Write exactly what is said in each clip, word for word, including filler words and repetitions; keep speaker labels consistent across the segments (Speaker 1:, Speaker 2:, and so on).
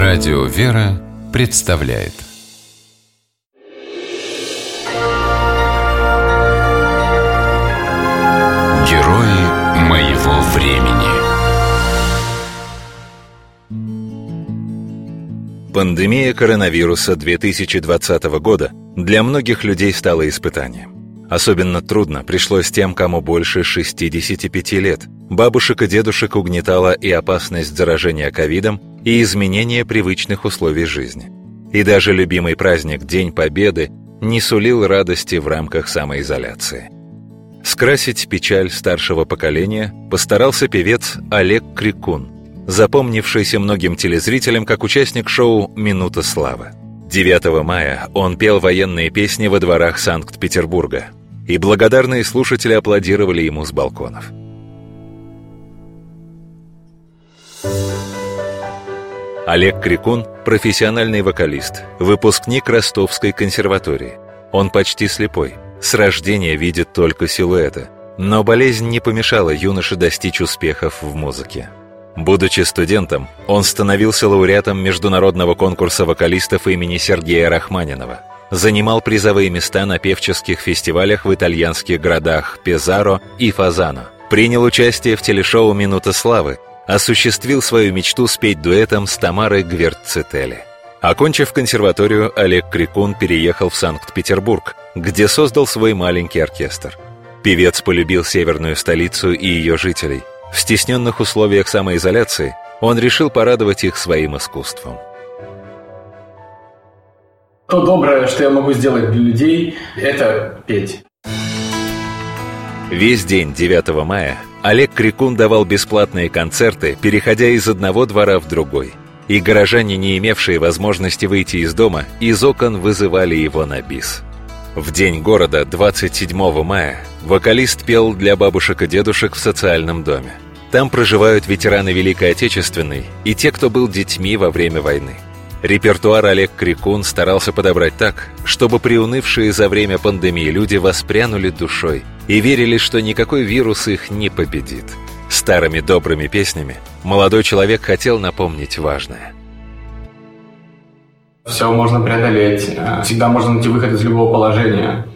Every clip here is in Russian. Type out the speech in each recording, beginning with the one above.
Speaker 1: Радио «Вера» представляет Герои моего времени.
Speaker 2: Пандемия коронавируса две тысячи двадцатого года для многих людей стала испытанием. Особенно трудно пришлось тем, кому больше шестидесяти пяти лет. Бабушек и дедушек угнетала и опасность заражения ковидом, и изменение привычных условий жизни. И даже любимый праздник День Победы не сулил радости в рамках самоизоляции. Скрасить печаль старшего поколения постарался певец Олег Крикун, запомнившийся многим телезрителям как участник шоу «Минута славы». девятого мая он пел военные песни во дворах Санкт-Петербурга, и благодарные слушатели аплодировали ему с балконов. Олег Крикун – профессиональный вокалист, выпускник Ростовской консерватории. Он почти слепой, с рождения видит только силуэты, но болезнь не помешала юноше достичь успехов в музыке. Будучи студентом, он становился лауреатом международного конкурса вокалистов имени Сергея Рахманинова, занимал призовые места на певческих фестивалях в итальянских городах Пезаро и Фазано, принял участие в телешоу «Минута славы», осуществил свою мечту спеть дуэтом с Тамарой Гвертцетели. Окончив консерваторию, Олег Крикун переехал в Санкт-Петербург, где создал свой маленький оркестр. Певец полюбил северную столицу и ее жителей. В стесненных условиях самоизоляции он решил порадовать их своим искусством.
Speaker 3: То доброе, что я могу сделать для людей, это петь.
Speaker 2: Весь день девятого мая Олег Крикун давал бесплатные концерты, переходя из одного двора в другой. И горожане, не имевшие возможности выйти из дома, из окон вызывали его на бис. В День города, двадцать седьмого мая, вокалист пел для бабушек и дедушек в социальном доме. Там проживают ветераны Великой Отечественной и те, кто был детьми во время войны. Репертуар Олег Крикун старался подобрать так, чтобы приунывшие за время пандемии люди воспрянули душой и верили, что никакой вирус их не победит. Старыми добрыми песнями молодой человек хотел напомнить важное.
Speaker 3: Все можно преодолеть, всегда можно найти выход из любого положения.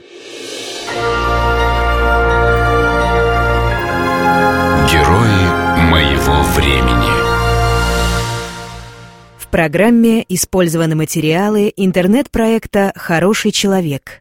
Speaker 1: Герои моего времени.
Speaker 4: В программе использованы материалы интернет-проекта «Хороший человек».